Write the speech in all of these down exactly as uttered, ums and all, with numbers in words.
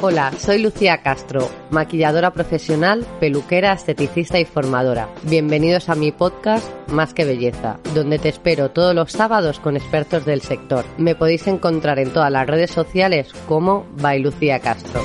Hola, soy Lucía Castro, maquilladora profesional, peluquera, esteticista y formadora. Bienvenidos a mi podcast Más que Belleza, donde te espero todos los sábados con expertos del sector. Me podéis encontrar en todas las redes sociales como by Lucía Castro.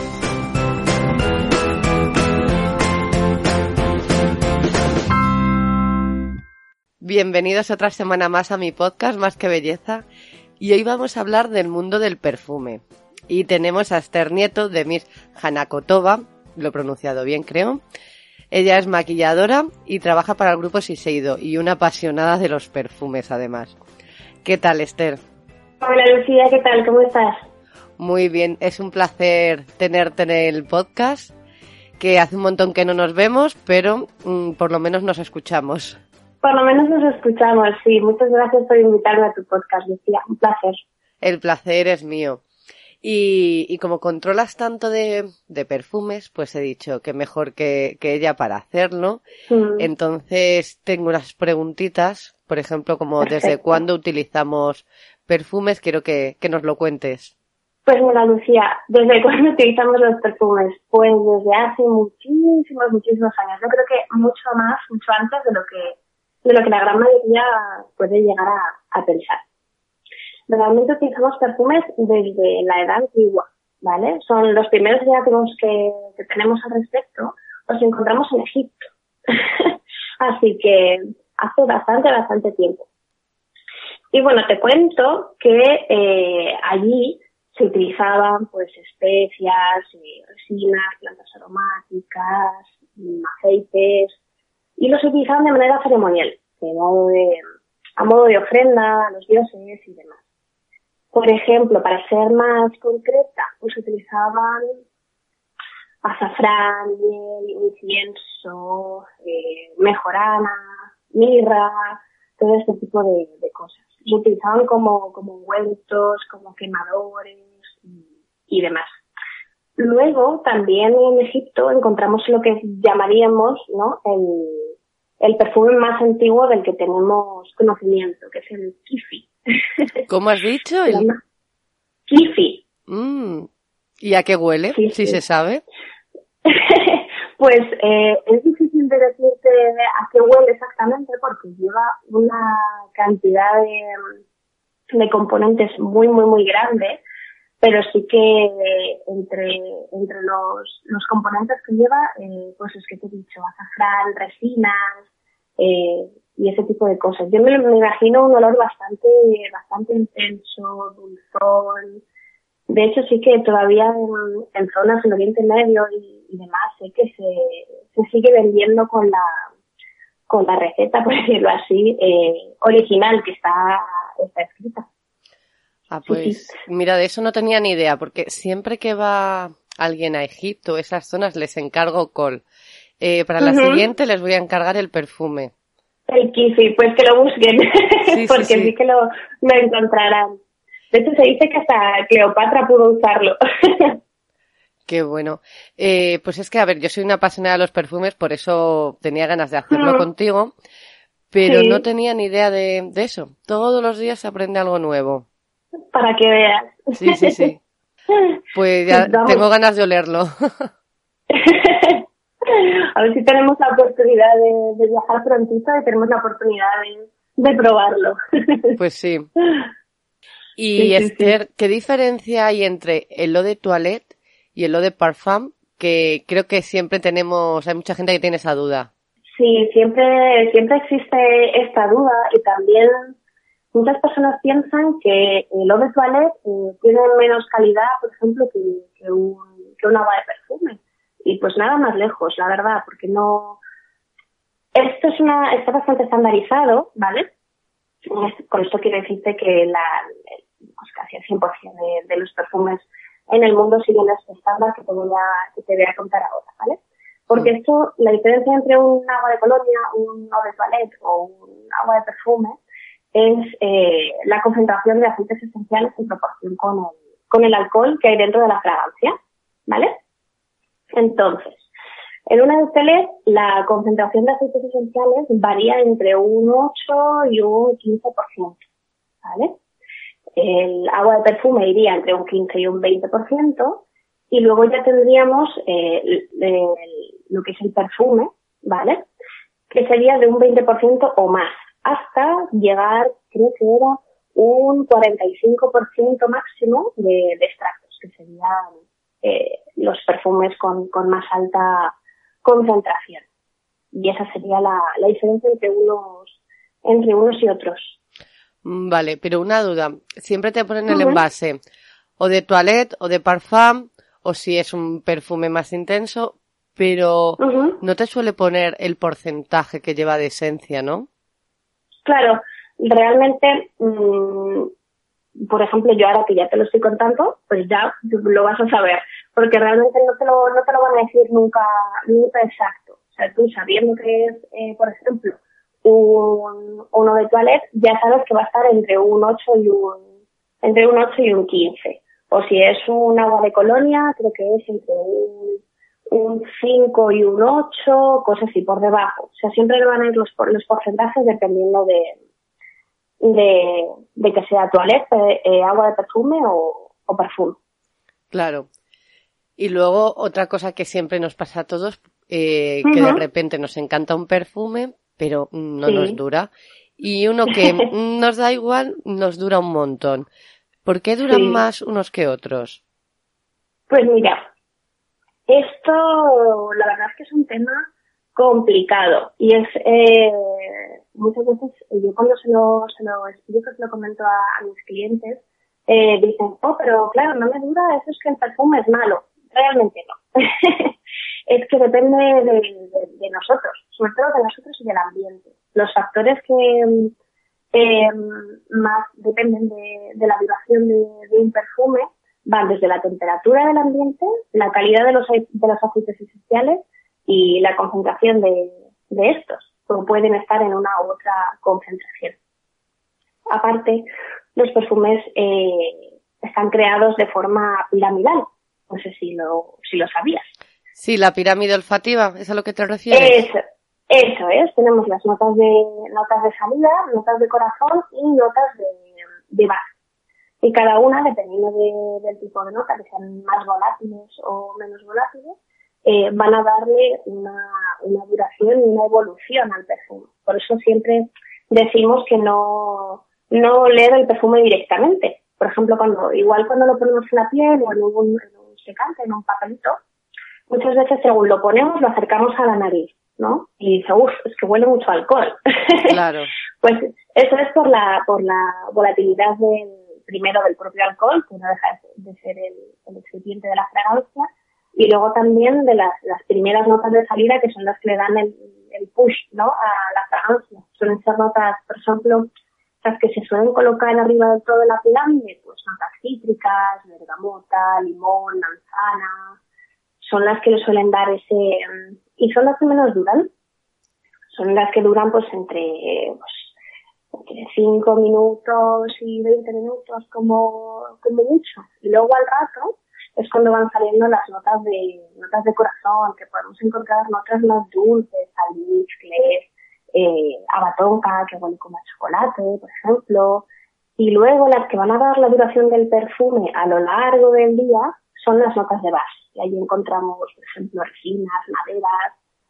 Bienvenidos otra semana más a mi podcast Más que Belleza, y hoy vamos a hablar del mundo del perfume. Y tenemos a Esther Nieto de Miss Hanakotova, lo he pronunciado bien creo. Ella es maquilladora y trabaja para el grupo Shiseido y una apasionada de los perfumes además. ¿Qué tal, Esther? Hola Lucía, ¿qué tal? ¿Cómo estás? Muy bien, es un placer tenerte en el podcast, que hace un montón que no nos vemos, pero mmm, por lo menos nos escuchamos. Por lo menos nos escuchamos, sí. Muchas gracias por invitarme a tu podcast, Lucía. Un placer. El placer es mío. Y, y como controlas tanto de, de perfumes, pues he dicho que mejor que, que ella para hacerlo. Mm. Entonces tengo unas preguntitas, por ejemplo, como Perfecto. ¿Desde cuándo utilizamos perfumes? Quiero que, que nos lo cuentes. Pues mira, Lucía, ¿desde cuándo utilizamos los perfumes? Pues desde hace muchísimos, muchísimos años. Yo creo que mucho más, mucho antes de lo que, de lo que la gran mayoría puede llegar a, a pensar. Realmente utilizamos perfumes desde la edad antigua, ¿vale? Son los primeros hallazgos que, que tenemos al respecto, los encontramos en Egipto. Así que hace bastante, bastante tiempo. Y bueno, te cuento que eh, allí se utilizaban pues especias, eh, resinas, plantas aromáticas, aceites, y los utilizaban de manera ceremonial, de modo de, a modo de ofrenda a los dioses y demás. Por ejemplo, para ser más concreta, pues utilizaban azafrán, miel, incienso, eh, mejorana, mirra, todo este tipo de, de cosas. Lo utilizaban como, como ungüentos, como quemadores y, y demás. Luego, también en Egipto encontramos lo que llamaríamos, ¿no?, el, el perfume más antiguo del que tenemos conocimiento, que es el kifi. ¿Cómo has dicho? El kifi. Mm. ¿Y a qué huele? Sí, si sí. se sabe. Pues eh, es difícil de decirte a qué huele exactamente porque lleva una cantidad de, de componentes muy, muy, muy grande, pero sí que eh, entre entre los, los componentes que lleva, eh, pues es que te he dicho, azafrán, resinas, eh, y ese tipo de cosas. Yo me, me imagino un olor bastante, bastante intenso, dulzón. De hecho, sí que todavía en, en zonas del Oriente Medio y, y demás, sé que se, se sigue vendiendo con la, con la receta, por decirlo así, eh, original que está, está escrita. Ah, pues, sí. Mira, de eso no tenía ni idea, porque siempre que va alguien a Egipto, esas zonas, les encargo col. Eh, para la uh-huh. siguiente les voy a encargar el perfume. El kifi, pues que lo busquen, sí, porque sí, sí. sí que lo, lo encontrarán. De hecho, se dice que hasta Cleopatra pudo usarlo. Qué bueno. Eh, pues es que, a ver, yo soy una apasionada de los perfumes, por eso tenía ganas de hacerlo mm. contigo, pero sí. no tenía ni idea de, de eso. Todos los días se aprende algo nuevo. Para que veas. Sí, sí, sí. Pues ya pues tengo ganas de olerlo. A ver si tenemos la oportunidad de, de viajar prontito y tenemos la oportunidad de, de probarlo. Pues sí. Y sí, Esther, sí, sí. ¿qué diferencia hay entre el eau de toilette y el eau de parfum? Que creo que siempre tenemos, hay mucha gente que tiene esa duda. Sí, siempre, siempre existe esta duda y también muchas personas piensan que el eau de toilette eh, tiene menos calidad, por ejemplo, que, que, un, que un agua de perfume. Y pues nada más lejos, la verdad, porque no... Esto es una está bastante estandarizado, ¿vale? Con esto quiero decirte que la pues casi el cien por ciento de, de los perfumes en el mundo siguen este estándar que te voy a, que te voy a contar ahora, ¿vale? Porque mm. esto, la diferencia entre un agua de colonia, un agua de toilette o un agua de perfume es eh, la concentración de aceites esenciales en proporción con el, con el alcohol que hay dentro de la fragancia, ¿vale? Entonces, en una de toilette la concentración de aceites esenciales varía entre un ocho y un quince por ciento, ¿vale? El agua de perfume iría entre un quince y un veinte por ciento Y luego ya tendríamos eh, el, el, lo que es el perfume, ¿vale? Que sería de un veinte por ciento o más, hasta llegar, creo que era un cuarenta y cinco por ciento máximo de, de extractos, que serían eh, los perfumes con, con más alta concentración. Y esa sería la, la diferencia entre unos, entre unos y otros. Vale, pero una duda. Siempre te ponen el Uh-huh. envase o de toilette o de parfum, o si es un perfume más intenso, pero Uh-huh. no te suele poner el porcentaje que lleva de esencia, ¿no? Claro, realmente, mmm, por ejemplo, yo ahora que ya te lo estoy contando, pues ya lo vas a saber, porque realmente no te lo, no te lo van a decir nunca, nunca exacto. O sea, tú sabiendo que es, eh, por ejemplo, un, uno de toilette, ya sabes que va a estar entre un ocho y un, entre un ocho y un quince. O si es un agua de colonia, creo que es entre un, un cinco y un ocho, cosas así, por debajo. O sea, siempre le van a ir los, los porcentajes dependiendo de, de, de que sea toilette, eh, agua de perfume o, o perfume. Claro. Y luego otra cosa que siempre nos pasa a todos, eh, Uh-huh. que de repente nos encanta un perfume, pero no Sí. nos dura. Y uno que nos da igual, nos dura un montón. ¿Por qué duran Sí. más unos que otros? Pues mira, esto la verdad es que es un tema complicado y es eh, muchas veces yo cuando se lo, se lo explico, se lo comento a, a mis clientes, eh, dicen, oh, pero claro, no me dura, eso es que el perfume es malo. Realmente no. Es que depende de, de, de nosotros, sobre todo de nosotros y del ambiente. Los factores que eh, más dependen de, de la duración de, de un perfume van desde la temperatura del ambiente, la calidad de los, de los aceites esenciales y la concentración de, de estos, o pueden estar en una u otra concentración. Aparte, los perfumes eh, están creados de forma piramidal. No sé si lo, si lo sabías. Sí, la pirámide olfativa, ¿es a lo que te refieres? Eso, eso es. Tenemos las notas de notas de salida, notas de corazón y notas de, de base. Y cada una, dependiendo de, del tipo de nota, que sean más volátiles o menos volátiles, eh, van a darle una, una duración y una evolución al perfume. Por eso siempre decimos que no, no oler el perfume directamente. Por ejemplo, cuando igual cuando lo ponemos en la piel o en un, en un secante, en un papelito, muchas veces según lo ponemos lo acercamos a la nariz, ¿no? Y dice, uff, es que huele mucho a alcohol. Claro. Pues eso es por la, por la volatilidad del, primero del propio alcohol, que no deja de ser el, el excipiente de la fragancia, y luego también de las, las primeras notas de salida, que son las que le dan el, el push, ¿no? A la fragancia. Suelen ser notas, por ejemplo, las que se suelen colocar arriba del todo de la pirámide, pues notas cítricas, bergamota, limón, manzana, son las que le suelen dar ese, y son las que menos duran. Son las que duran pues entre, pues, entre cinco minutos y veinte minutos como, como mucho. Y luego al rato es cuando van saliendo las notas de, notas de corazón, que podemos encontrar notas más dulces, almizcle, eh, abatonca, que huele como a chocolate, por ejemplo. Y luego las que van a dar la duración del perfume a lo largo del día son las notas de base. Y ahí encontramos, por ejemplo, resinas, maderas,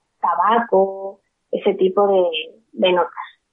tabaco, ese tipo de, de notas.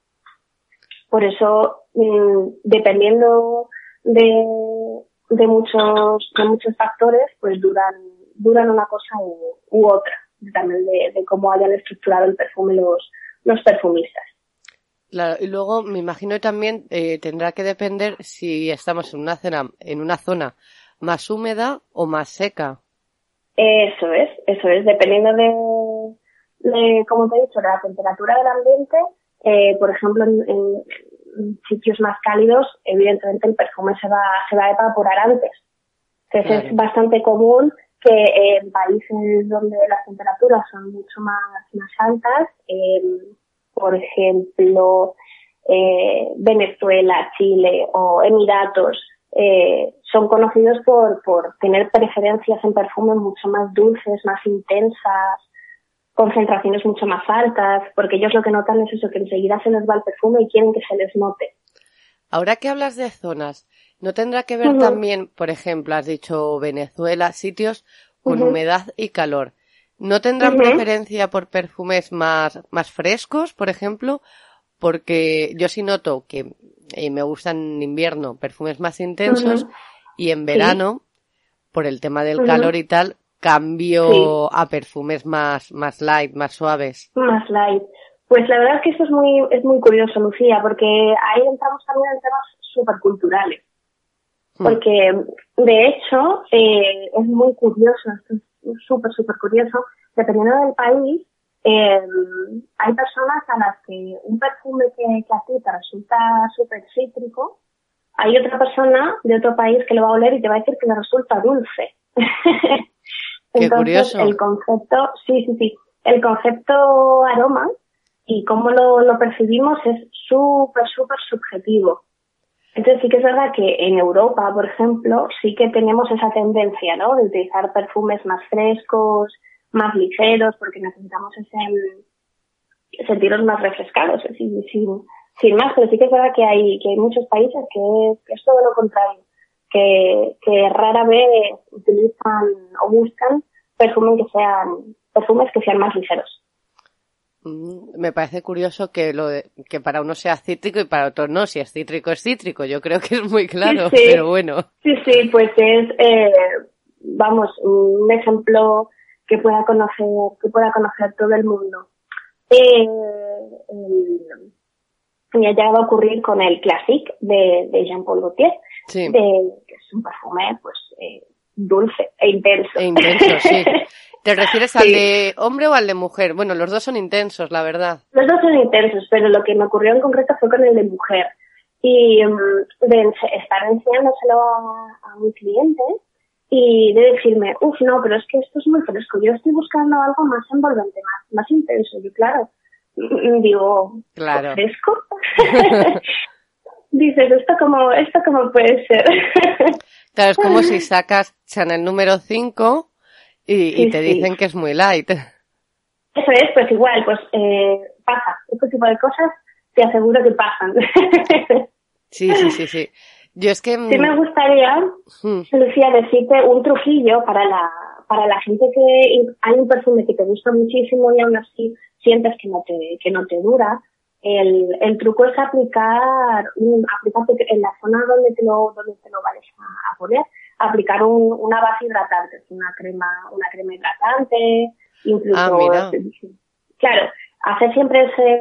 Por eso, mmm, dependiendo de, de muchos de muchos factores, pues duran duran una cosa u, u otra, también de, de cómo hayan estructurado el perfume los, los perfumistas. Claro, y luego me imagino también eh, tendrá que depender si estamos en una zona, en una zona más húmeda o más seca. Eso es, eso es, dependiendo de, de como te he dicho, de la temperatura del ambiente, eh, por ejemplo, en, en sitios más cálidos, evidentemente el perfume se va, se va a evaporar antes. Entonces claro, es bastante común que en países donde las temperaturas son mucho más, más altas, eh, por ejemplo, eh, Venezuela, Chile o Emiratos, eh, son conocidos por, por tener preferencias en perfumes mucho más dulces, más intensas, concentraciones mucho más altas, porque ellos lo que notan es eso, que enseguida se les va el perfume y quieren que se les note. Ahora que hablas de zonas, ¿No tendrá que ver uh-huh. también, por ejemplo, has dicho Venezuela, sitios con uh-huh. humedad y calor? ¿No tendrán uh-huh. preferencia por perfumes más, más frescos, por ejemplo? Porque yo sí noto que eh, me gustan en invierno perfumes más intensos uh-huh. y en verano, sí. por el tema del uh-huh. calor y tal, cambio sí. a perfumes más, más light, más suaves. Más light. Pues la verdad es que eso es muy, es muy curioso, Lucía, porque ahí entramos también en temas superculturales. Porque, de hecho, eh, es muy curioso, esto es súper, súper curioso, dependiendo del país, eh, hay personas a las que un perfume que, que a ti te resulta súper cítrico, hay otra persona de otro país que lo va a oler y te va a decir que le resulta dulce. Qué Entonces, curioso. El concepto, sí, sí, sí, el concepto aroma y cómo lo, lo percibimos es súper, súper subjetivo. Entonces sí que es verdad que en Europa, por ejemplo, sí que tenemos esa tendencia, ¿no? De utilizar perfumes más frescos, más ligeros, porque necesitamos ese sentirnos más refrescados, sin, sin, sin más. Pero sí que es verdad que hay que hay muchos países que es, que es todo lo contrario, que, que rara vez utilizan o buscan perfumes que sean perfumes que sean más ligeros. Me parece curioso que lo de, que para uno sea cítrico y para otro no. Si es cítrico, es cítrico. Yo creo que es muy claro, sí, sí. pero bueno. Sí, sí, pues es, eh, vamos, un ejemplo que pueda conocer, que pueda conocer todo el mundo. Eh, eh, me ha llegado a ocurrir con el Classique de, de Jean Paul Gaultier, sí. de, que es un perfume, pues, eh, dulce e intenso. E intenso, sí. ¿Te refieres al sí. de hombre o al de mujer? Bueno, los dos son intensos, la verdad. Los dos son intensos, pero lo que me ocurrió en concreto fue con el de mujer. Y um, de estar enseñándoselo a, a mi cliente y de decirme, uff, no, pero es que esto es muy fresco. Yo estoy buscando algo más envolvente, más, más intenso. Y claro, digo, claro. ¿fresco? Dices, ¿esto cómo, esto cómo puede ser? Claro, es como si sacas Chanel número cinco... Y, sí, y te dicen sí. que es muy light. Eso es, pues igual, pues eh, pasa. Este tipo de cosas te aseguro que pasan. Sí, sí, sí, sí. Yo es que... Sí me gustaría, hmm. Lucía, decirte un truquillo para la para la gente que hay un perfume que te gusta muchísimo y aún así sientes que no te que no te dura. El, el truco es aplicar, aplicarte en la zona donde te lo donde te lo vayas a, a poner. Aplicar un, una base hidratante, una crema, una crema hidratante, incluso, ah, mira. claro, hacer siempre ese,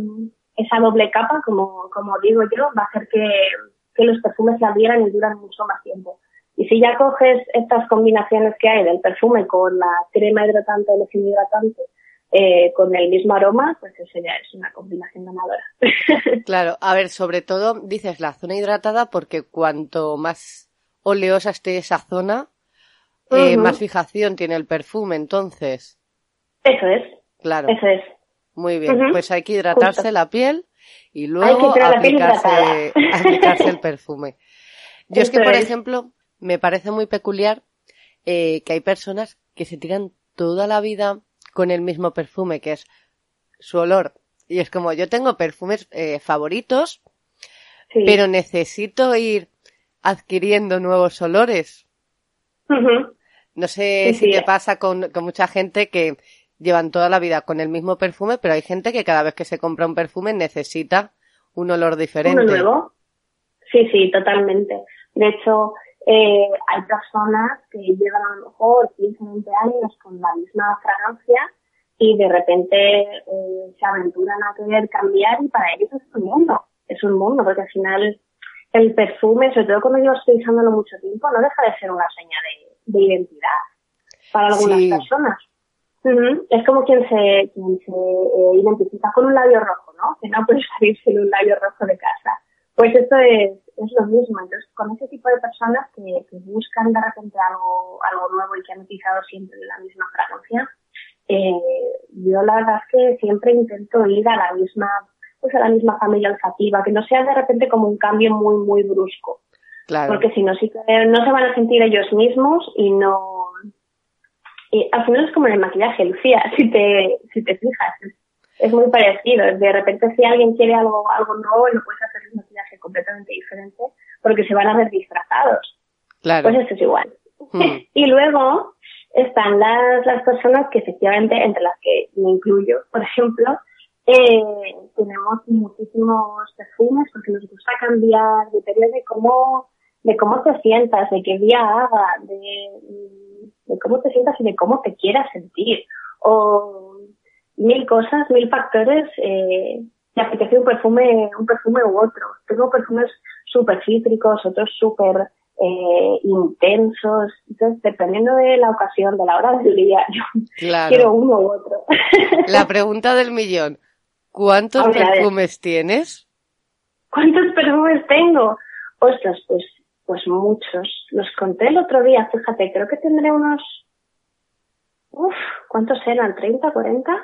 esa doble capa, como, como digo yo, va a hacer que, que los perfumes se adhieran y duran mucho más tiempo. Y si ya coges estas combinaciones que hay del perfume con la crema hidratante o el loción hidratante, eh, con el mismo aroma, pues eso ya es una combinación ganadora. Claro, a ver, sobre todo dices la zona hidratada porque cuanto más oleosa esté esa zona, eh, uh-huh. más fijación tiene el perfume, entonces. Eso es. Claro. Eso es. Muy bien, uh-huh. Pues hay que hidratarse Justo. la piel y luego aplicarse, aplicarse el perfume. Yo Eso es que, por es. ejemplo, me parece muy peculiar eh, que hay personas que se tiran toda la vida con el mismo perfume, que es su olor. Y es como, yo tengo perfumes eh, favoritos, sí. pero necesito ir adquiriendo nuevos olores. Uh-huh. No sé sí, si sí. te pasa con, con mucha gente que llevan toda la vida con el mismo perfume, pero hay gente que cada vez que se compra un perfume necesita un olor diferente. ¿Uno nuevo? Sí, sí, totalmente. De hecho, eh, hay personas que llevan a lo mejor quince o veinte años con la misma fragancia y de repente eh, se aventuran a querer cambiar y para ellos es un mundo. Es un mundo, porque al final el perfume, sobre todo cuando llevas utilizándolo mucho tiempo, no deja de ser una seña de, de identidad para algunas sí. personas. Uh-huh. Es como quien se, quien se eh, identifica con un labio rojo, ¿no? Que no puede salir sin un labio rojo de casa. Pues esto es, es lo mismo. Entonces, con ese tipo de personas que, que buscan de repente algo, algo nuevo y que han utilizado siempre la misma fragancia, eh, yo la verdad es que siempre intento ir a la misma, pues a la misma familia olfativa, que no sea de repente como un cambio muy, muy brusco. Claro. Porque si no, sí que no se van a sentir ellos mismos y no... Y al final es como en el maquillaje, Lucía, si te, si te fijas. Es, es muy parecido. De repente, si alguien quiere algo, algo nuevo, no puedes hacer un maquillaje completamente diferente, porque se van a ver disfrazados. Claro. Pues esto es igual. Mm. Y luego están las, las personas que efectivamente, entre las que me incluyo, por ejemplo, eh, tenemos muchísimos perfumes porque nos gusta cambiar, depende de cómo, de cómo te sientas, de qué día haga, de, de cómo te sientas y de cómo te quieras sentir. O mil cosas, mil factores, eh, te apetece un perfume, un perfume u otro. Tengo perfumes súper cítricos, otros súper eh, intensos. Entonces, dependiendo de la ocasión, de la hora del día, yo Claro. quiero uno u otro. La pregunta del millón. ¿Cuántos A ver, a ver. perfumes tienes? ¿Cuántos perfumes tengo? Ostras, pues, pues muchos. Los conté el otro día, fíjate, creo que tendré unos... Uf, ¿cuántos eran? ¿treinta, cuarenta?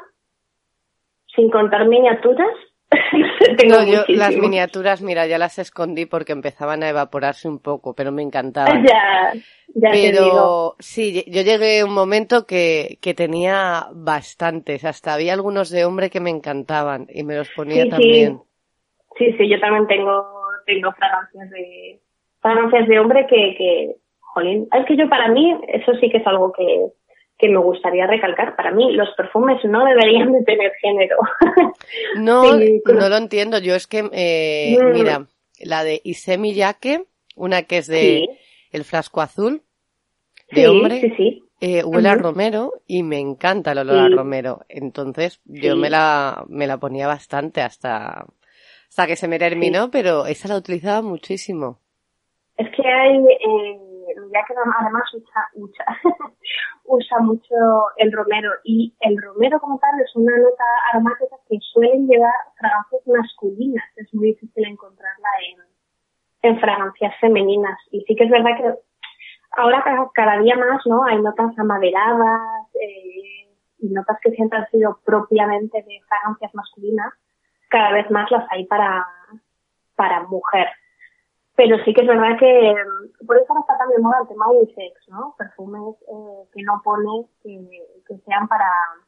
Sin contar miniaturas. Tengo No, yo las muchísimos. miniaturas, mira, ya las escondí porque empezaban a evaporarse un poco, pero me encantaban. Ya, ya te digo. Pero sí, yo llegué a un momento que, que tenía bastantes, hasta había algunos de hombre que me encantaban y me los ponía Sí, también. sí, sí, sí, yo también tengo, tengo fragancias de, fragancias de hombre que, que, jolín, es que yo para mí, eso sí que es algo que, que me gustaría recalcar. Para mí, los perfumes no deberían de tener género. No, Sí, no lo entiendo, yo es que, eh, Mm. mira, la de Issey Miyake, una que es de Sí. el frasco azul, de Sí, hombre, sí, sí. eh, huele a Ujú. romero y me encanta el olor a Sí. romero. Entonces yo Sí. me la, me la ponía bastante hasta, hasta que se me terminó, pero esa la utilizaba muchísimo. Es que hay, eh, ya que además usa, usa, usa mucho el romero, y el romero como tal es una nota aromática que suelen llevar fragancias masculinas. Es muy difícil encontrarla en, en fragancias femeninas. Y sí que es verdad que ahora cada, cada día más, ¿no? Hay notas amaderadas, eh, y notas que siempre han sido propiamente de fragancias masculinas. Cada vez más las hay para, para mujer. Pero sí que es verdad que por eso no está tan de moda el tema unisex, ¿no? Perfumes eh, que no pone que, que sean para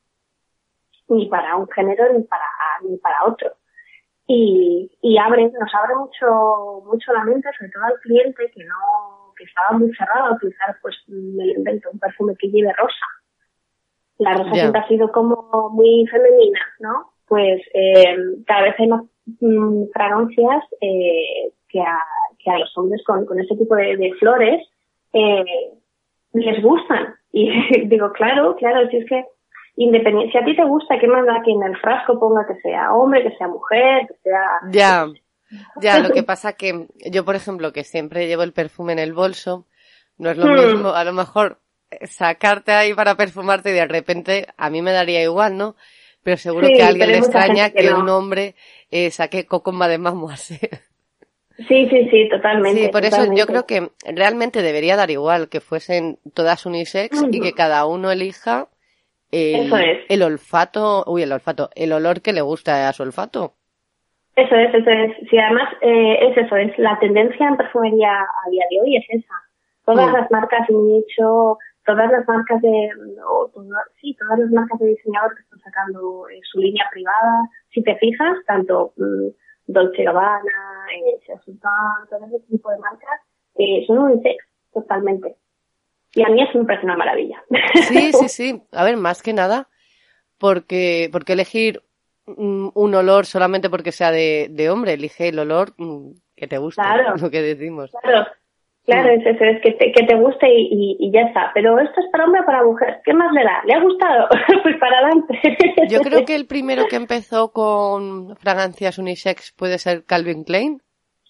ni para un género ni para ni para otro. Y, y abre, nos abre mucho mucho la mente, sobre todo al cliente que no que estaba muy cerrado a utilizar, pues me lo invento, un perfume que lleve rosa. La rosa Ya. siempre ha sido como muy femenina, ¿no? Pues eh, cada vez hay más mm, fragancias eh, que a que a los hombres con, con ese tipo de, de flores eh, les gustan. Y digo, claro, claro, si es que independiente, si a ti te gusta, ¿qué más da que en el frasco ponga que sea hombre, que sea mujer, que sea... Ya, ya, lo que pasa que yo, por ejemplo, que siempre llevo el perfume en el bolso, no es lo Hmm. mismo, a lo mejor eh, sacarte ahí para perfumarte y de repente, a mí me daría igual, ¿no? Pero seguro Sí, que a alguien pero le hay mucha extraña gente que que no. un hombre eh, saque Coco Mademoiselle. Sí, sí, sí, totalmente. Sí, por eso totalmente. yo creo que realmente debería dar igual que fuesen todas unisex y que cada uno elija Eso el, es. el olfato, uy, el olfato, el olor que le gusta a su olfato. Eso es, eso es. Sí, además eh, es eso, es la tendencia en perfumería a día de hoy es esa. Todas Mm. las marcas nicho, todas las marcas de, o todas, sí, todas las marcas de diseñador que están sacando eh, su línea privada. Si te fijas, tanto mm, Dolce Gabbana, eh, Sultan, todo ese tipo de marcas, eh, son unisex totalmente. Y a mí eso me parece una maravilla. Sí, sí, sí. A ver, más que nada, porque, porque elegir mm, un olor solamente porque sea de, de hombre, elige el olor mm, que te guste, Claro. lo que decimos. Claro, claro, Mm. es eso, es que te, que te guste y, y, y ya está. Pero esto es para hombre o para mujer. ¿Qué más le da? ¿Le ha gustado? Pues para adelante. Yo creo que el primero que empezó con fragancias unisex puede ser Calvin Klein.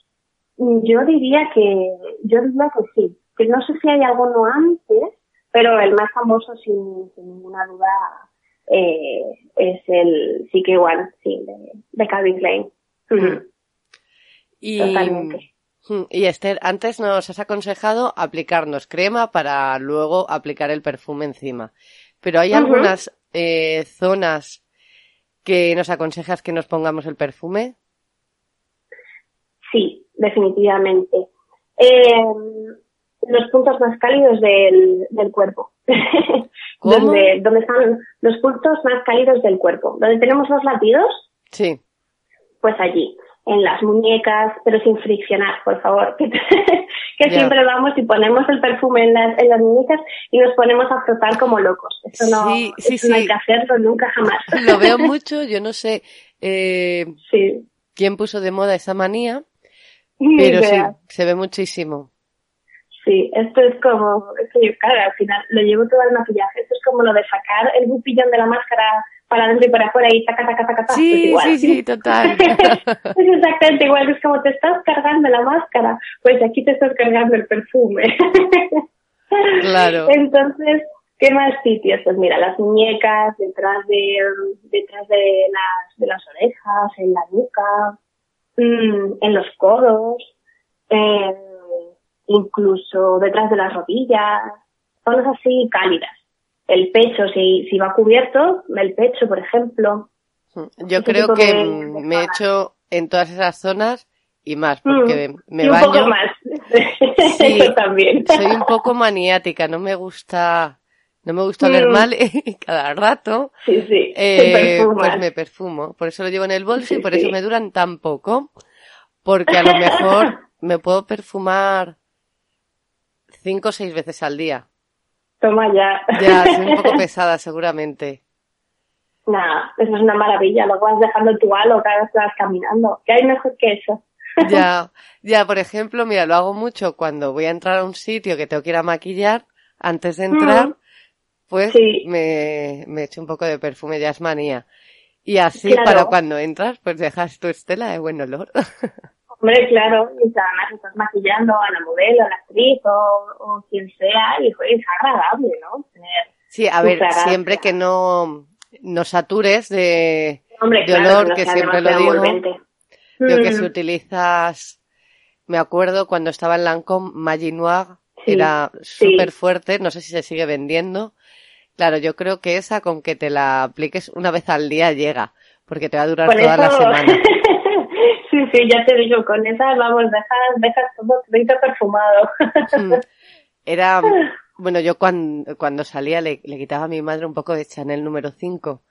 Yo diría que, yo diría que sí. Que no sé si hay alguno antes, pero el más famoso sin, sin ninguna duda eh, es el C K uno, sí, de, de Calvin Klein. Mm. Y, Totalmente. mm, y Esther, antes nos has aconsejado aplicarnos crema para luego aplicar el perfume encima. Pero hay Ujú. algunas eh, zonas que nos aconsejas que nos pongamos el perfume. Sí, definitivamente. Eh, los puntos más cálidos del, del cuerpo. ¿Cómo? donde, donde están los puntos más cálidos del cuerpo. Donde tenemos los latidos, Sí. pues allí. en las muñecas, pero sin friccionar, por favor. Que, que yeah. siempre vamos y ponemos el perfume en las, en las muñecas y nos ponemos a frotar como locos. Eso no, sí, sí, eso sí. no hay que hacerlo nunca jamás. Lo veo mucho, yo no sé eh, sí. quién puso de moda esa manía, Ni pero idea. sí, se ve muchísimo. Sí, esto es como, es que yo, claro, al final lo llevo todo el maquillaje. Esto es como lo de sacar el bupillón de la máscara para adentro y para afuera y taca, taca, taca, taca. Sí, pues igual. sí, sí, total. Es exactamente igual, es como te estás cargando la máscara, pues aquí te estás cargando el perfume. Claro. Entonces, ¿qué más sitios? Pues mira, las muñecas, detrás de detrás de las, de las orejas, en la nuca, mmm, en los codos, eh, incluso detrás de las rodillas, zonas así cálidas. El pecho, si, si va cubierto, el pecho, por ejemplo. Yo Ese creo tipo que de- de me he zonas. hecho en todas esas zonas y más, porque Mm, me y un baño. poco más. Sí, Eso también. soy un poco maniática, no me gusta, no me gusta oler Mm. mal y cada rato Sí, sí, te eh, perfumas. pues me perfumo. Por eso lo llevo en el bolso Sí, y por sí. eso me duran tan poco, porque a lo mejor me puedo perfumar cinco o seis veces al día. Toma ya. Ya, soy un poco pesada seguramente. Nada, eso es una maravilla. Luego vas dejando tu halo cada vez que vas caminando. ¿Qué hay mejor que eso? Ya, ya, por ejemplo, mira, lo hago mucho cuando voy a entrar a un sitio que tengo que ir a maquillar, antes de entrar, Mm, pues sí. me, me echo un poco de perfume, ya es manía. Y así Claro. para cuando entras, pues dejas tu estela de buen olor. Hombre, claro, y además estás maquillando a la modelo, a la actriz o, o quien sea, y pues, es agradable, ¿no? Tener Sí, a tu ver, fragancia. siempre que no, no satures de, Hombre, de claro, olor, que no que sea siempre lo demasiado digo. envolvente. Creo que Mm, si utilizas, me acuerdo cuando estaba en Lancôme, Magie Noire, Sí, era sí. súper fuerte, no sé si se sigue vendiendo. Claro, yo creo que esa con que te la apliques una vez al día llega, porque te va a durar Con toda eso, la semana. sí, sí, ya te digo, con esas, vamos, dejas, dejas todo todito perfumado. Mm. Era, bueno, yo cuando, cuando salía le, le quitaba a mi madre un poco de Chanel número cinco.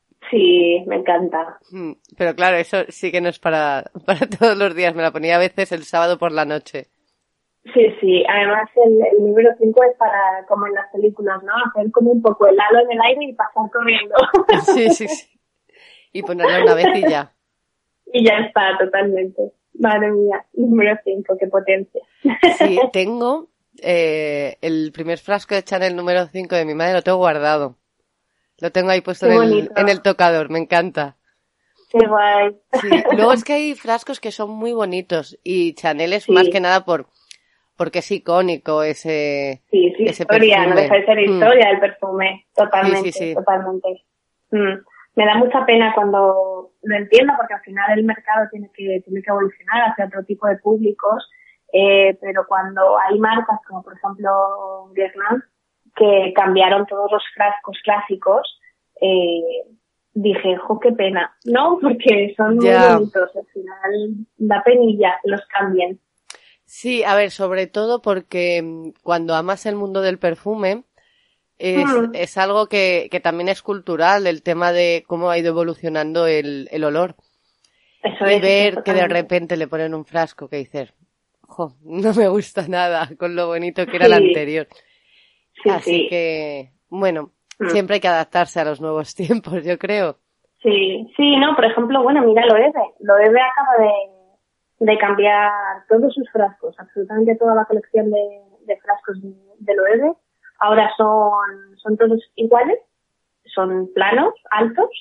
Sí, me encanta. Mm. Pero claro, eso sí que no es para, para todos los días, me la ponía a veces el sábado por la noche. Sí, sí, además el, el número cinco es para, como en las películas, ¿no? Hacer como un poco el halo en el aire y pasar corriendo. Sí, sí, sí. Y ponerla una vez y ya. Y ya está, totalmente. Madre mía, número cinco, qué potencia. Sí, tengo eh, el primer frasco de Chanel número cinco de mi madre, lo tengo guardado. Lo tengo ahí puesto Qué en el, bonito. en el tocador, me encanta. Qué guay. Sí, luego es que hay frascos que son muy bonitos y Chanel es Sí. más que nada por porque es icónico ese Sí, sí, ese historia, perfume. no deja de ser Mm. historia el perfume, totalmente, Sí, sí, sí. totalmente. Mm. Me da mucha pena cuando lo entiendo, porque al final el mercado tiene que tiene que evolucionar hacia otro tipo de públicos, eh, pero cuando hay marcas como por ejemplo Guerlain que cambiaron todos los frascos clásicos, eh, dije, jo, qué pena, ¿no? Porque son Ya. muy bonitos, al final da penilla que los cambien. Sí, a ver, sobre todo porque mm, cuando amas el mundo del perfume es, Mm. es algo que, que también es cultural, el tema de cómo ha ido evolucionando el, el olor. Eso Y es, ver eso, que de totalmente. repente le ponen un frasco que dices, jo, no me gusta nada con lo bonito que era el Sí. anterior. Sí, Así sí. que, bueno, Mm. siempre hay que adaptarse a los nuevos tiempos, yo creo. Sí, sí, no, por ejemplo, bueno, mira, Loewe. Loewe acaba de, de cambiar todos sus frascos, absolutamente toda la colección de, de frascos de, de Loewe. Ahora son, son todos iguales, son planos, altos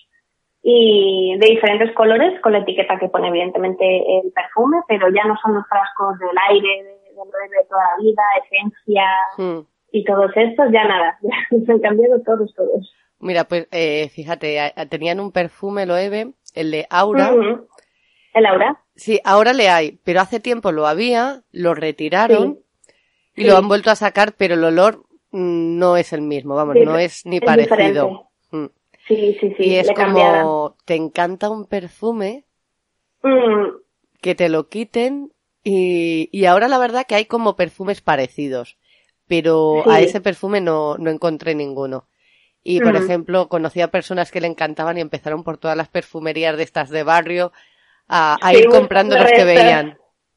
y de diferentes colores, con la etiqueta que pone evidentemente el perfume, pero ya no son los frascos del aire, de, de Loewe de toda la vida, esencia Hmm. y todos estos, ya nada, ya se han cambiado todos, todos. Mira, pues eh, fíjate, a- a- tenían un perfume Loewe, el de Aura. Mm. ¿El Aura? Sí, ahora le hay, pero hace tiempo lo había, lo retiraron Sí. y Sí. lo han vuelto a sacar, pero el olor mm, no es el mismo, vamos, Sí, no es ni es parecido. diferente. Mm. Sí, sí, sí, Y es le cambiaron. como, te encanta un perfume, Mm, que te lo quiten y, y ahora la verdad que hay como perfumes parecidos, pero Sí. a ese perfume no, no encontré ninguno. Y por Mm. ejemplo, conocí a personas que le encantaban y empezaron por todas las perfumerías de estas de barrio a, a sí, ir comprando los que veían.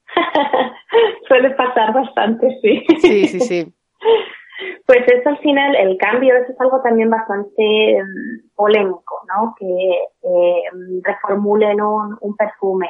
Suele pasar bastante, sí. Sí, sí, sí. Pues esto al final, el cambio, eso es algo también bastante um, polémico, ¿no? Que eh, reformulen un, un perfume.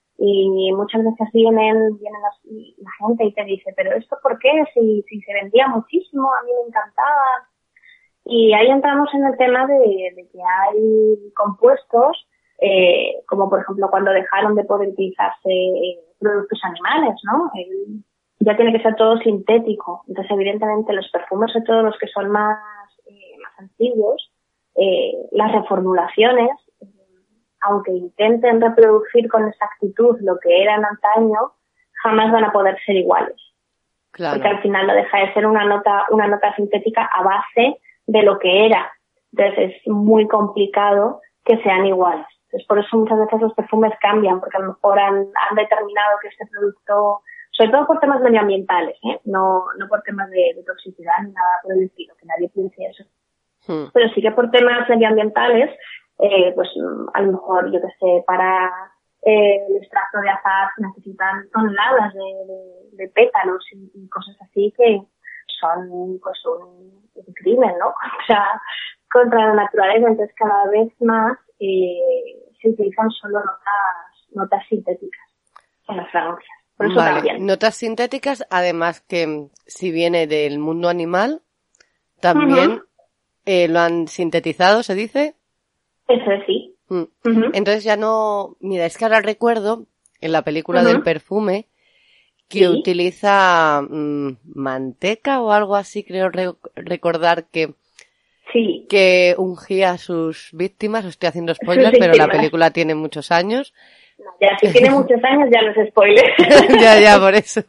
Y muchas veces vienen, vienen las, la gente y te dice, pero ¿esto por qué? Si, si se vendía muchísimo, a mí me encantaba. Y ahí entramos en el tema de, de que hay compuestos, eh, como por ejemplo cuando dejaron de poder utilizarse eh, productos animales, ¿no? El, ya tiene que ser todo sintético. Entonces, evidentemente, los perfumes, sobre todo los que son más, eh, más antiguos, eh, las reformulaciones, eh, aunque intenten reproducir con exactitud lo que eran antaño, jamás van a poder ser iguales. Claro. Porque al final no deja de ser una nota, una nota sintética a base de lo que era. Entonces, es muy complicado que sean iguales. Entonces, por eso muchas veces los perfumes cambian, porque a lo mejor han, han determinado que este producto, sobre todo por temas medioambientales, ¿eh? no, no por temas de, de toxicidad ni nada por el estilo, que nadie piense eso. Hmm. Pero sí que por temas medioambientales, eh, pues a lo mejor, yo que sé, para eh, el extracto de azahar necesitan toneladas de, de, de pétalos y, y cosas así que son pues un, un crimen, ¿no? O sea, contra la naturaleza. Entonces cada vez más eh, se utilizan solo notas, notas sintéticas en las fragancias. Por eso vale, también. Notas sintéticas, además que si viene del mundo animal, también uh-huh. eh, lo han sintetizado, ¿se dice? Eso es, sí. Mm. Uh-huh. Entonces ya no... Mira, es que ahora recuerdo, en la película uh-huh. del perfume, que ¿sí? utiliza mmm, manteca o algo así, creo re- recordar que... Sí. Que ungía a sus víctimas, os estoy haciendo spoilers, pero la película tiene muchos años. Ya, si tiene muchos años ya no es spoiler. ya, ya, por eso.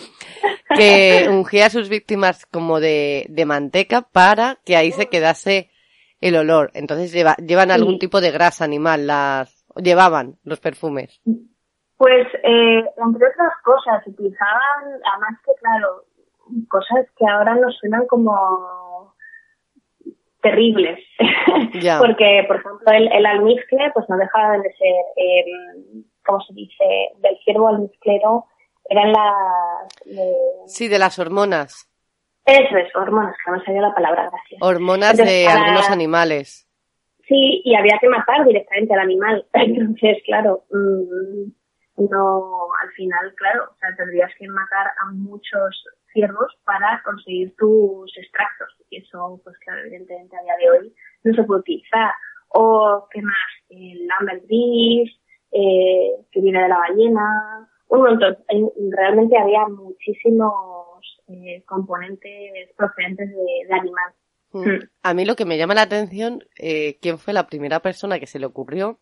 Que ungía a sus víctimas como de, de manteca para que ahí se quedase el olor. Entonces lleva, llevan algún sí. tipo de grasa animal, las llevaban los perfumes. Pues, eh, entre otras cosas, utilizaban, además que claro, cosas que ahora nos suenan como terribles. Ya. Porque, por ejemplo, el, el almizcle, pues no dejaba de ser, eh, ¿cómo se dice? Del ciervo almizclero, eran las... Eh... Sí, de las hormonas. Eso es, hormonas, que no me sabía la palabra, gracias. Hormonas Entonces, de para... algunos animales. Sí, y había que matar directamente al animal. Entonces, claro, mmm, no, al final, claro, o sea, tendrías que matar a muchos ciervos para conseguir tus extractos. Y eso, pues claro, evidentemente a día de hoy no se puede utilizar. O, ¿qué más? El ambergris, eh, que viene de la ballena, un montón. Realmente había muchísimos eh, componentes procedentes de, de animal. Mm. A mí lo que me llama la atención, eh, ¿quién fue la primera persona que se le ocurrió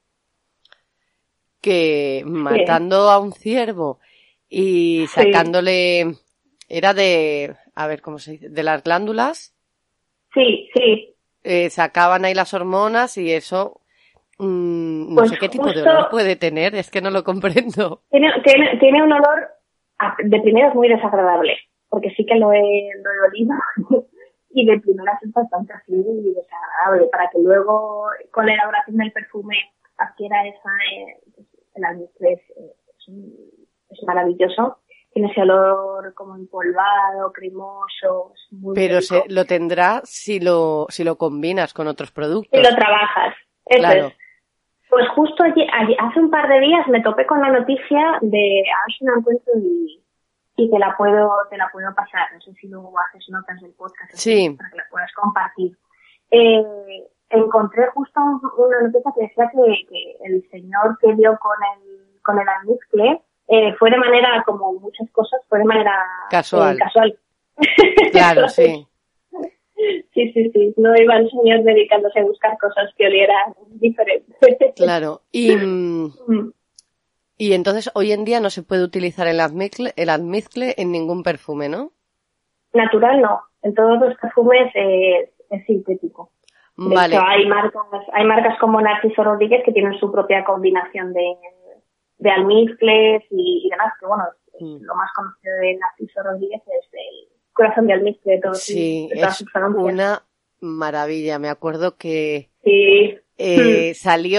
que matando sí. a un ciervo y sacándole, sí. era de, a ver, ¿cómo se dice? De las glándulas. Sí, sí. Eh, sacaban ahí las hormonas y eso, mmm, no pues sé qué tipo de olor puede tener, es que no lo comprendo. Tiene, tiene, tiene un olor, de primero es muy desagradable, porque sí que lo he, lo he olido. Y de primeras es bastante así y desagradable, para que luego con la elaboración del perfume adquiera esa, eh, el almizcle es, es, es maravilloso, tiene ese olor como empolvado, cremoso, es muy pero rico. Se, lo tendrá si lo si lo combinas con otros productos. Si lo trabajas, eso claro. es. Pues justo allí, allí, hace un par de días me topé con la noticia de, a ver si la encuentro y y te la puedo te la puedo pasar, no sé si luego haces notas del podcast sí. para que la puedas compartir. Eh, encontré justo una noticia que decía que, que el señor que dio con el con el almizcle eh, fue de manera, como muchas cosas, fue de manera casual. Eh, casual. Claro, sí. Sí, sí, sí. No iba el señor dedicándose a buscar cosas que olieran diferentes. Claro. Y... Mm. Y entonces hoy en día no se puede utilizar el almizcle, el almizcle en ningún perfume, ¿no? Natural no. En todos los perfumes es, es sintético. De vale. hecho, hay marcas, hay marcas como Narciso Rodríguez que tienen su propia combinación de, de almizcles y, y demás. Que bueno, mm. lo más conocido de Narciso Rodríguez es el corazón de almizcle de todos. Sí, de todas es sus fragancias. una maravilla. Me acuerdo que sí. eh, mm. salió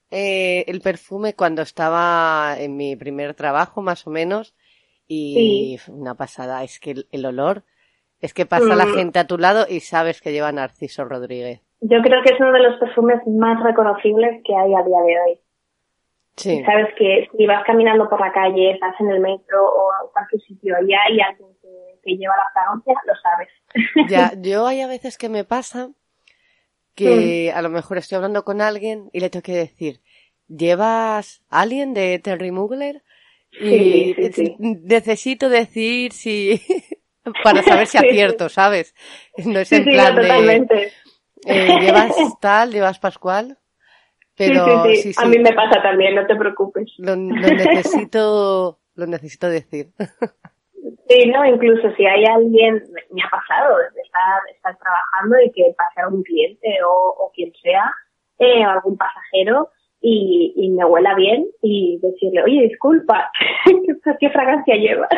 eh, el perfume cuando estaba en mi primer trabajo, más o menos, y sí. Una pasada. Es que el, el olor, es que pasa mm. la gente a tu lado y sabes que lleva Narciso Rodríguez. Yo creo que es uno de los perfumes más reconocibles que hay a día de hoy. Sí. Sabes que si vas caminando por la calle, estás en el metro o en cualquier sitio y hay alguien que, que lleva la fragancia, lo sabes. Ya, yo hay a veces que me pasa que mm. a lo mejor estoy hablando con alguien y le tengo que decir, ¿llevas Alien de Terry Mugler? Y sí, sí, sí. necesito decir si para saber si acierto, sí, sí. ¿sabes? No es sí, en sí, plan no, totalmente. de eh, ¿llevas tal? ¿Llevas Pascual? Pero sí, sí, sí. sí, sí. A mí me pasa también, no te preocupes. Lo, lo necesito, lo necesito decir. Sí, no, incluso si hay alguien, me ha pasado de estar, estar trabajando y que pase algún cliente o, o quien sea, eh, o algún pasajero y, y me huela bien y decirle, oye, disculpa, ¿qué fragancia llevas?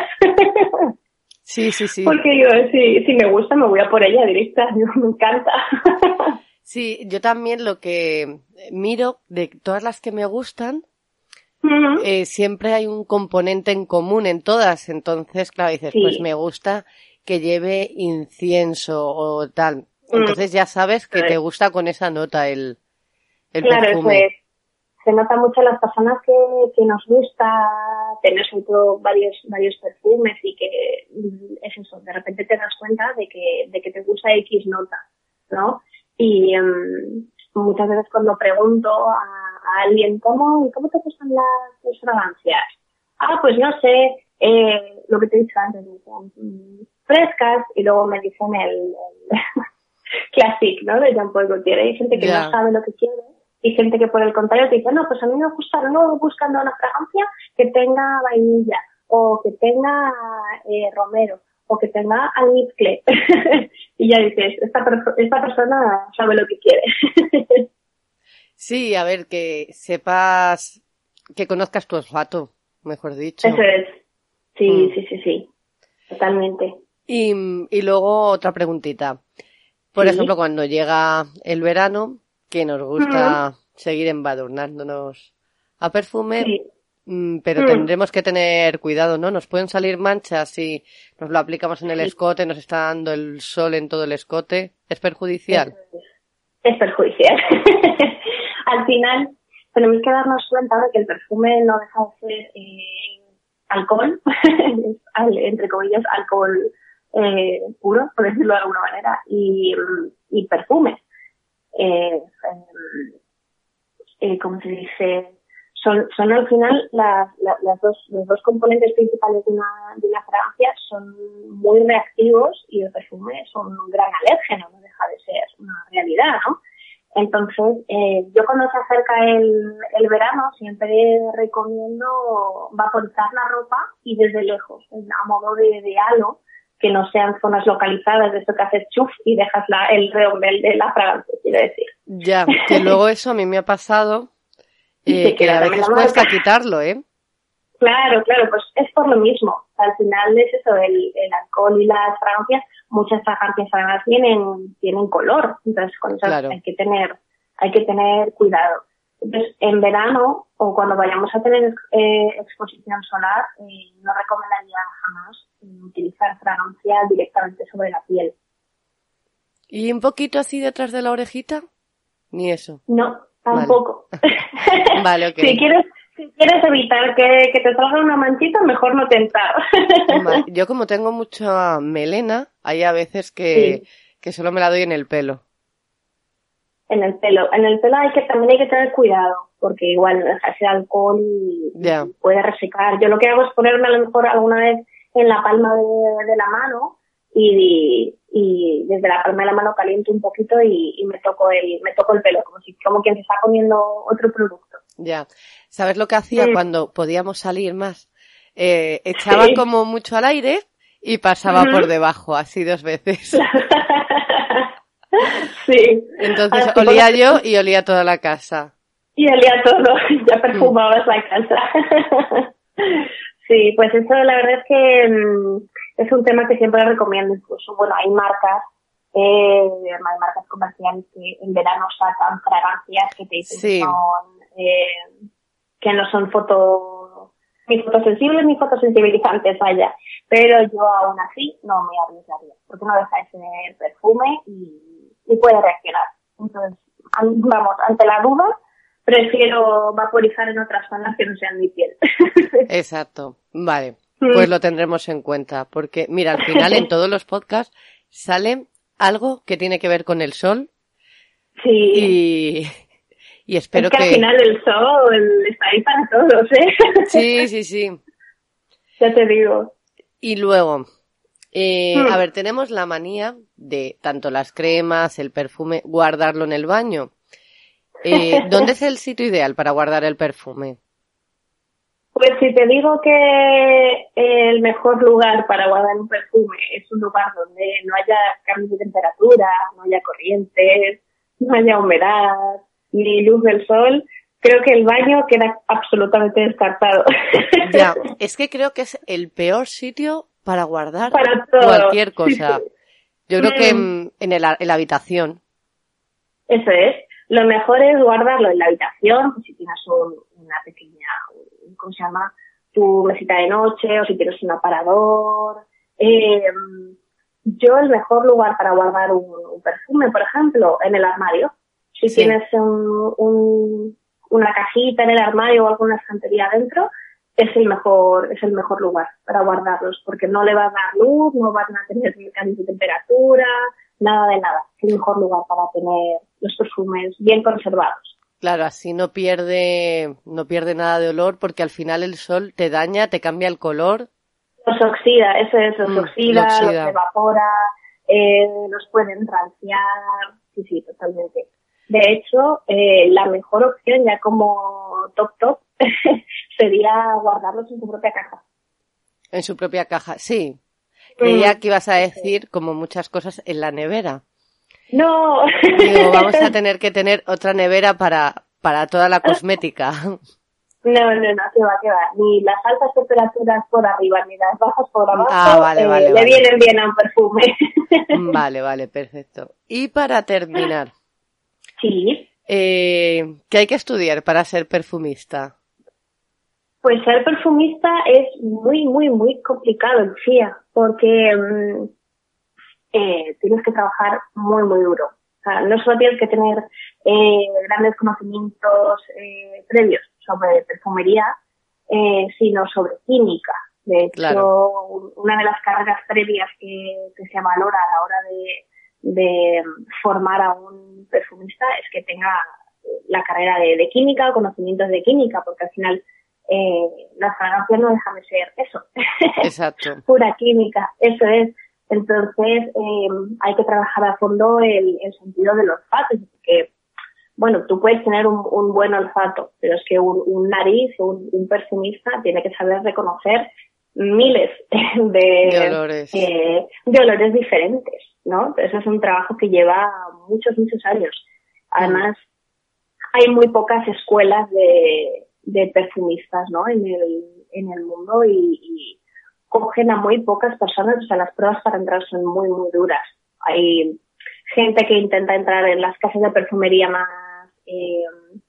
Sí, sí, sí. Porque yo, si, si me gusta, me voy a por ella directa, me encanta. Sí, yo también lo que miro de todas las que me gustan, uh-huh. eh, siempre hay un componente en común en todas. Entonces, claro, dices, sí. pues me gusta que lleve incienso o tal. Entonces uh-huh. ya sabes que te gusta con esa nota el, el claro, perfume. Pues se nota mucho en las personas que, que nos gusta tener sobre todo varios, varios perfumes y que es eso, de repente te das cuenta de que, de que te gusta X nota, ¿no? Y um, muchas veces cuando pregunto a, a alguien, ¿cómo, ¿cómo te gustan las, las fragancias? Ah, pues no sé, eh, lo que te he dicho antes, me dicen, frescas, y luego me dicen el, el Classic, ¿no? De Jean Paul Gaultier. Hay gente que yeah. no sabe lo que quiere y gente que por el contrario te dice, no, pues a mí me gusta, no buscando una fragancia que tenga vainilla o que tenga eh, romero o que tenga almizcle. Y ya dices, esta, per- esta persona sabe lo que quiere. Sí, a ver, que sepas, que conozcas tu olfato, mejor dicho. Eso es. Sí, mm. sí, sí, sí. Totalmente. Y, y luego otra preguntita. Por ¿Sí? ejemplo, cuando llega el verano, que nos gusta mm. seguir embadurnándonos a perfume, sí. pero mm. tendremos que tener cuidado, ¿no? Nos pueden salir manchas si nos lo aplicamos en el sí. escote, nos está dando el sol en todo el escote. ¿Es perjudicial? Es, es perjudicial. Al final, tenemos que darnos cuenta de que el perfume no deja de ser eh, alcohol, entre comillas, alcohol eh, puro, por decirlo de alguna manera, y, y perfume. Eh, eh, eh, ¿Cómo se dice? Son, son al final las, las, las dos, los dos componentes principales de una, de una fragancia son muy reactivos y el perfume es un gran alérgeno, no deja de ser una realidad, ¿no? Entonces, eh, yo cuando se acerca el, el verano siempre recomiendo vaporizar la ropa y desde lejos, a modo de, de halo, que no sean zonas localizadas, de eso que haces chuf y dejas la, el reombel de la fragancia, quiero decir. Ya, que luego eso a mí me ha pasado, eh, sí, que a veces cuesta quitarlo, ¿eh? Claro, claro, pues es por lo mismo. Al final es eso, el, el alcohol y las fragancias, muchas fragancias además tienen, tienen color, entonces con eso claro. hay que tener, hay que tener cuidado. Entonces, en verano o cuando vayamos a tener eh, exposición solar, eh, no recomendaría jamás eh, utilizar fragancia directamente sobre la piel. ¿Y un poquito así detrás de la orejita? Ni eso. No, tampoco. Vale, vale, ok. Si quieres, si quieres evitar que, que te salga una manchita, mejor no tentar. Vale. Yo como tengo mucha melena, hay a veces que, sí. que solo me la doy en el pelo. En el pelo. En el pelo hay que también hay que tener cuidado, porque igual dejarse alcohol y, yeah. y puede resecar. Yo lo que hago es ponerme a lo mejor alguna vez en la palma de, de la mano y, y desde la palma de la mano caliento un poquito y, y me toco el me toco el pelo, como si como quien se está comiendo otro producto. Ya. ¿Sabes lo que hacía sí. cuando podíamos salir más? Eh, echaba sí. como mucho al aire y pasaba uh-huh. por debajo, así dos veces. Sí. Entonces Así olía por... yo y olía toda la casa. Y olía todo, ya perfumabas mm. la casa. Sí, pues eso la verdad es que mmm, es un tema que siempre recomiendo. Incluso, bueno, hay marcas, eh, hay marcas comerciales que en verano sacan fragancias que te dicen sí. que son eh, que no son foto, ni fotosensibles ni fotosensibilizantes, vaya. Pero yo aún así no me arriesgaría, porque no deja de ser perfume y, y puede reaccionar. Entonces, vamos, ante la duda, prefiero vaporizar en otras zonas que no sean mi piel. Exacto, vale, pues lo tendremos en cuenta, porque mira, al final en todos los podcasts sale algo que tiene que ver con el sol. Sí. Y, y espero es que, que... al final el sol está ahí para todos, ¿eh? Sí, sí, sí. Ya te digo. Y luego, eh, Hmm. a ver, tenemos la manía de tanto las cremas, el perfume, guardarlo en el baño. Eh, ¿Dónde es el sitio ideal para guardar el perfume? Pues si te digo que el mejor lugar para guardar un perfume es un lugar donde no haya cambios de temperatura, no haya corrientes, no haya humedad, ni luz del sol, creo que el baño queda absolutamente descartado. Ya, es que creo que es el peor sitio para guardar para todo. cualquier cosa. Yo creo mm. que en, en, el, en la habitación. Eso es. Lo mejor es guardarlo en la habitación, pues si tienes un, una pequeña, un, ¿cómo se llama? Tu mesita de noche, o si tienes un aparador. Eh, yo el mejor lugar para guardar un, un perfume, por ejemplo, en el armario. Si Sí. tienes un, un, una cajita en el armario o alguna estantería dentro, es el mejor, es el mejor lugar para guardarlos, porque no le va a dar luz, no van a tener cambios de temperatura, nada de nada. Es el mejor lugar para tener los perfumes bien conservados. Claro, así no pierde, no pierde nada de olor, porque al final el sol te daña, te cambia el color. Los oxida, eso es, los Mm, oxida, oxida. los evapora, eh, los pueden ranciar, sí, sí, totalmente. De hecho, eh, la mejor opción, ya como top top, sería guardarlos en su propia caja. En su propia caja, sí. Creía Mm, que ibas a decir, como muchas cosas, en la nevera. No. Digo, vamos a tener que tener otra nevera para, para toda la cosmética. No, no, no, que va, que va. Ni las altas temperaturas por arriba, ni las bajas por abajo, Ah, vale, eh, vale, le vale. vienen bien a un perfume. Vale, vale, perfecto. Y para terminar, Sí. eh, ¿qué hay que estudiar para ser perfumista? Pues ser perfumista es muy, muy, muy complicado, Lucía, porque mmm, eh, tienes que trabajar muy, muy duro. O sea, no solo tienes que tener eh, grandes conocimientos eh, previos sobre perfumería, eh, sino sobre química. De hecho, Claro. una de las carreras previas que, que se valora a la hora de, de formar a un perfumista es que tenga la carrera de, de química, conocimientos de química, porque al final eh, las fragancias no dejan de ser eso. Exacto. Pura química, eso es. Entonces, eh, hay que trabajar a fondo el, el sentido del olfato, porque, bueno, tú puedes tener un, un buen olfato, pero es que un, un nariz, un, un perfumista tiene que saber reconocer miles de, De olores. eh, de olores diferentes, ¿no? Entonces es un trabajo que lleva muchos, muchos años. Además, mm. hay muy pocas escuelas de, de perfumistas, ¿no? En el, en el mundo y, y cogen a muy pocas personas, o sea, las pruebas para entrar son muy, muy duras. Hay gente que intenta entrar en las casas de perfumería más, eh,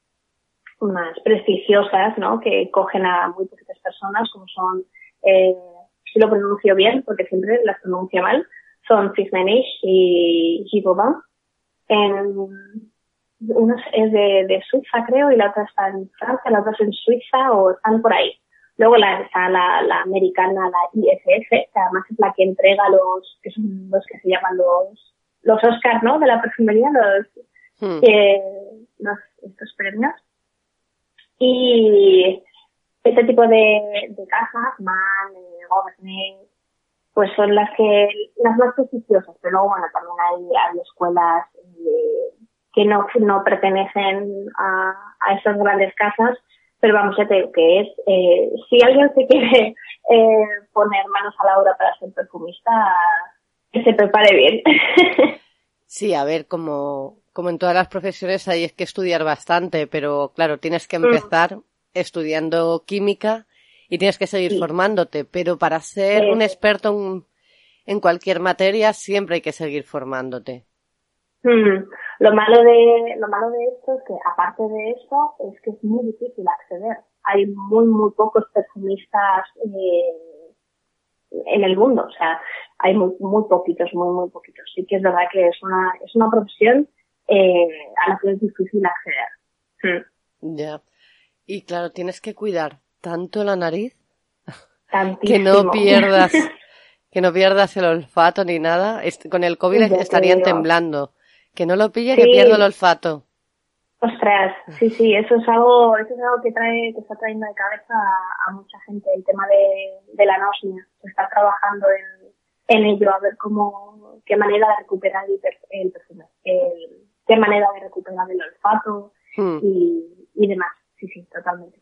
más prestigiosas, ¿no? Que cogen a muy poquitas personas, como son, eh, si lo pronuncio bien, porque siempre las pronuncio mal, son Fizmenich y Givaudan. En, una es de, de Suiza, creo, y la otra está en Francia, la otra es en Suiza o están por ahí. Luego la, está la, la americana, la I F F, que además es la que entrega los, que son los que se llaman los, los Oscars, ¿no? De la perfumería, los, Hmm. eh, los, estos premios. Y este tipo de, de casas, Man, eh, Gobernay, pues son las que, las más prestigiosas, pero luego, bueno, también hay, hay escuelas eh, que no, no pertenecen a, a esas grandes casas. Pero vamos, ya te digo que es, eh, si alguien se quiere eh, poner manos a la obra para ser perfumista, que se prepare bien. Sí, a ver, como, como en todas las profesiones hay que estudiar bastante, pero claro, tienes que empezar mm. estudiando química y tienes que seguir sí. formándote, pero para ser sí. un experto en, en cualquier materia siempre hay que seguir formándote. Mm. Lo malo de, lo malo de esto es que, aparte de eso, es que es muy difícil acceder. Hay muy, muy pocos perfumistas eh, en el mundo, o sea, hay muy, muy poquitos, muy, muy poquitos. Sí que es verdad que es una, es una profesión eh, a la que es difícil acceder. Mm. Ya. Y claro, tienes que cuidar tanto la nariz Tantísimo. que no pierdas, que no pierdas el olfato ni nada. Con el COVID Ya estarían te digo. temblando. Que no lo pille, Sí. que pierdo el olfato. Ostras, sí, sí, eso es algo, eso es algo que trae, que está trayendo de cabeza a, a mucha gente, el tema de, de la anosmia. Se está trabajando en, en ello, a ver cómo, qué manera de recuperar el, per- el perfume, el- qué manera de recuperar el olfato Hmm. y, y demás. Sí, sí, totalmente.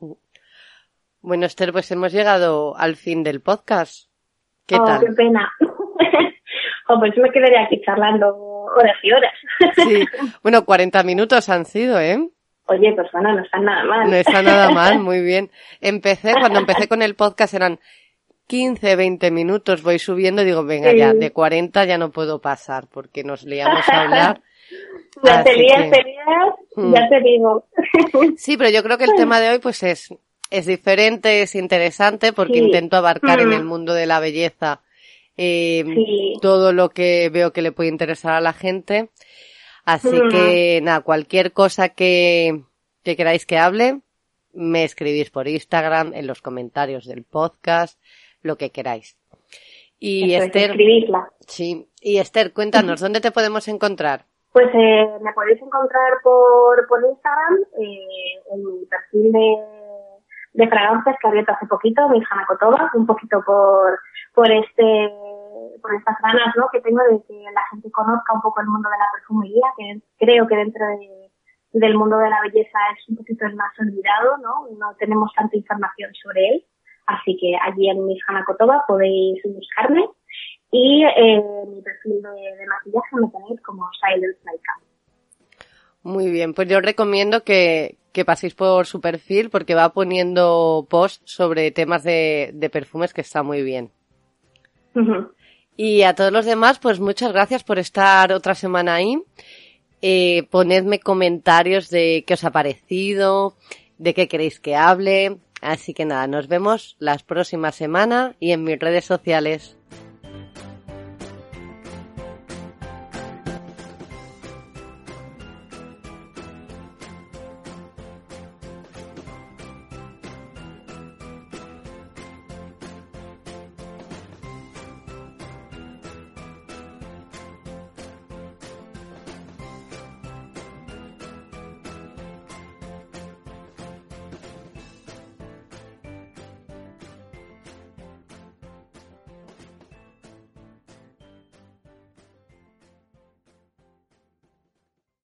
Bueno, Esther, pues hemos llegado al fin del podcast. ¿Qué oh, tal? qué pena. oh, pues me quedaría aquí charlando horas y horas. Sí, bueno, cuarenta minutos han sido, ¿eh? Oye, pues bueno, no está nada mal. No está nada mal, muy bien. Empecé, cuando empecé con el podcast eran quince, veinte minutos, voy subiendo y digo, venga Sí. ya, de cuarenta ya no puedo pasar porque nos liamos a hablar. Ya te Así lías, que- te lías, Mm. ya te digo. Sí, pero yo creo que el tema de hoy pues es, es diferente, es interesante porque Sí. intento abarcar en Mm. el mundo de la belleza eh, Sí. todo lo que veo que le puede interesar a la gente. Así Mm. que nada, cualquier cosa que, que queráis que hable, me escribís por Instagram, en los comentarios del podcast, lo que queráis. Y Eso es, Esther, escribirla. sí, y Esther, cuéntanos, ¿dónde te podemos encontrar? Pues eh, me podéis encontrar por, por Instagram, eh, en mi perfil de, de fragancias que he abierto hace poquito, mi Hanakotova, un poquito por, por este, por estas ganas, ¿no?, que tengo de que la gente conozca un poco el mundo de la perfumería, que creo que dentro de, del mundo de la belleza es un poquito el más olvidado, ¿no? No tenemos tanta información sobre él. Así que allí en mi Hanakotova podéis buscarme. Y eh, mi perfil de, de maquillaje me tenéis como Silence Makeup. Muy bien, pues yo os recomiendo que, que paséis por su perfil porque va poniendo posts sobre temas de, de perfumes que está muy bien. Uh-huh. Y a todos los demás, pues muchas gracias por estar otra semana ahí. Eh, ponedme comentarios de qué os ha parecido, de qué queréis que hable. Así que nada, nos vemos la próxima semana y en mis redes sociales.